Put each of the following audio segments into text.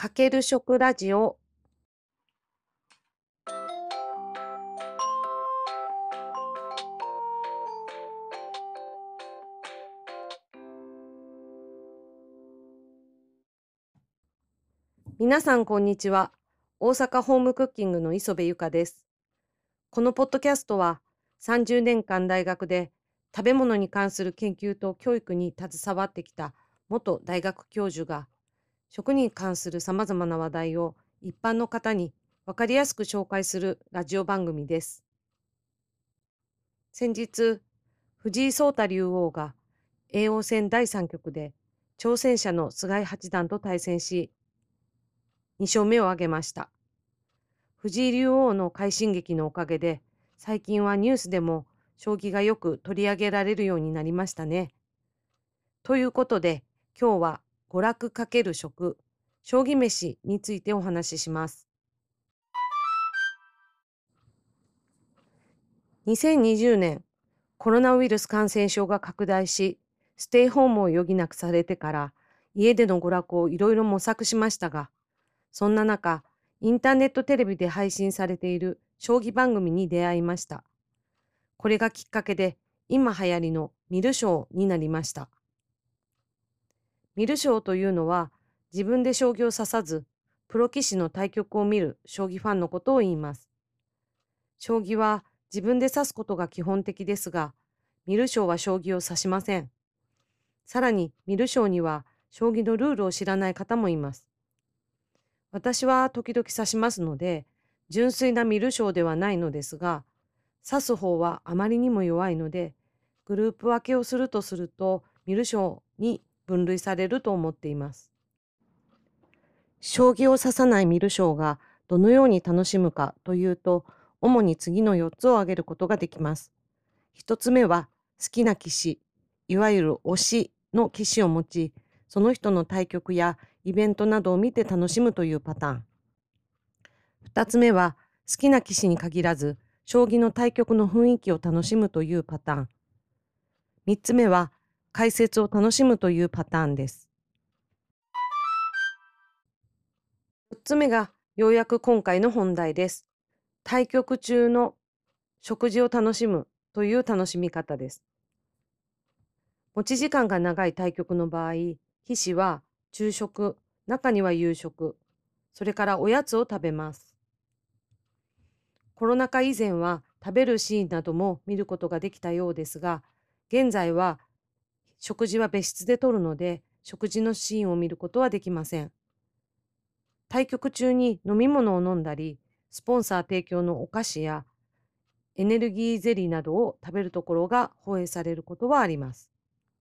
かける食ラジオ。皆さんこんにちは。大阪ホームクッキングの磯部ゆかです。このポッドキャストは30年間大学で食べ物に関する研究と教育に携わってきた元大学教授が食に関するさまざまな話題を一般の方に分かりやすく紹介するラジオ番組です。先日、藤井聡太竜王が叡王戦第3局で挑戦者の菅井八段と対戦し、2勝目を挙げました。藤井竜王の快進撃のおかげで、最近はニュースでも将棋がよく取り上げられるようになりましたね。ということで、今日は娯楽×食、将棋飯についてお話しします。2020年、コロナウイルス感染症が拡大し、ステイホームを余儀なくされてから、家での娯楽をいろいろ模索しましたが、そんな中、インターネットテレビで配信されている将棋番組に出会いました。これがきっかけで、今流行りの観る将になりました。観る将というのは、自分で将棋を指さず、プロ棋士の対局を見る将棋ファンのことを言います。将棋は自分で指すことが基本的ですが、観る将は将棋を指しません。さらに観る将には将棋のルールを知らない方もいます。私は時々指しますので、純粋な観る将ではないのですが、指す方はあまりにも弱いので、グループ分けをすると観る将に分類されると思っています。将棋を指さない観る将がどのように楽しむかというと、主に次の4つを挙げることができます。1つ目は好きな棋士、いわゆる推しの棋士を持ち、その人の対局やイベントなどを見て楽しむというパターン。2つ目は好きな棋士に限らず、将棋の対局の雰囲気を楽しむというパターン。3つ目は解説を楽しむというパターンです。4つ目がようやく今回の本題です。対局中の食事を楽しむという楽しみ方です。持ち時間が長い対局の場合、棋士は昼食、中には夕食、それからおやつを食べます。コロナ禍以前は食べるシーンなども見ることができたようですが、現在は食事は別室でとるので、食事のシーンを見ることはできません。対局中に飲み物を飲んだり、スポンサー提供のお菓子やエネルギーゼリーなどを食べるところが放映されることはあります。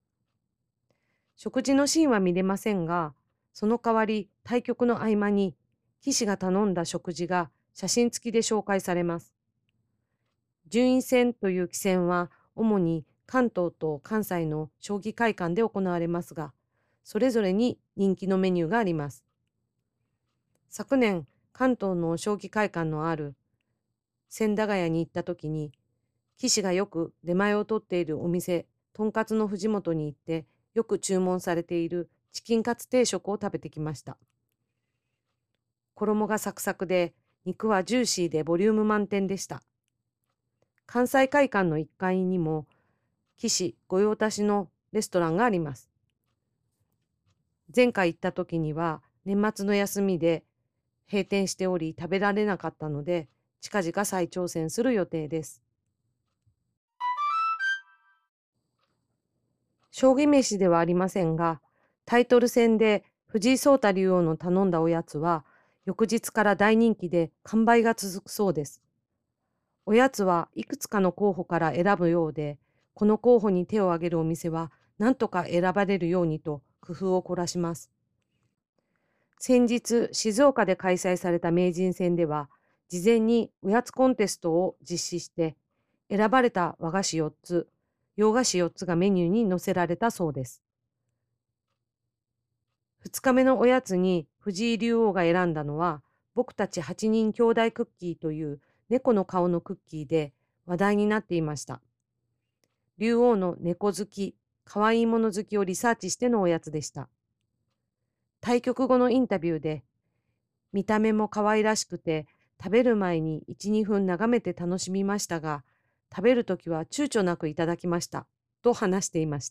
食事のシーンは見れませんが、その代わり対局の合間に棋士が頼んだ食事が写真付きで紹介されます。順位戦という棋戦は主に関東と関西の将棋会館で行われますが、それぞれに人気のメニューがあります。昨年、関東の将棋会館のある千駄ヶ谷に行った時に、棋士がよく出前を取っているお店、とんかつの藤本に行って、よく注文されているチキンカツ定食を食べてきました。衣がサクサクで、肉はジューシーでボリューム満点でした。関西会館の1階にも、棋士御用達のレストランがあります。前回行った時には、年末の休みで閉店しており食べられなかったので、近々再挑戦する予定です。将棋飯ではありませんが、タイトル戦で藤井聡太竜王の頼んだおやつは、翌日から大人気で完売が続くそうです。おやつはいくつかの候補から選ぶようで、この候補に手を挙げるお店は、何とか選ばれるようにと工夫を凝らします。先日、静岡で開催された名人戦では、事前におやつコンテストを実施して、選ばれた和菓子4つ、洋菓子4つがメニューに載せられたそうです。2日目のおやつに藤井竜王が選んだのは、僕たち8人兄弟クッキーという猫の顔のクッキーで話題になっていました。竜王の猫好き、可愛いもの好きをリサーチしてのおやつでした。対局後のインタビューで、 見た目も可愛らしくて、食べる前に1、2分眺めて楽しみましたが、食べるときは躊躇なくいただきました。と話していました。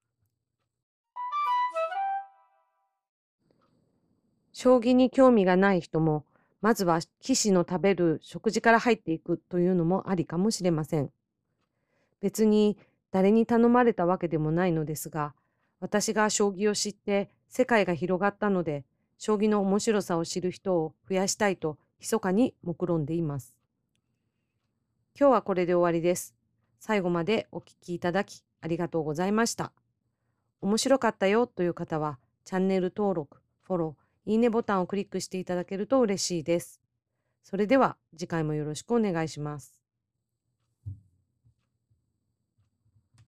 将棋に興味がない人も、まずは棋士の食べる食事から入っていくというのもありかもしれません。別に誰に頼まれたわけでもないのですが、私が将棋を知って世界が広がったので、将棋の面白さを知る人を増やしたいと密かに目論んでいます。今日はこれで終わりです。最後までお聞きいただきありがとうございました。面白かったよという方は、チャンネル登録、フォロー、いいねボタンをクリックしていただけると嬉しいです。それでは次回もよろしくお願いします。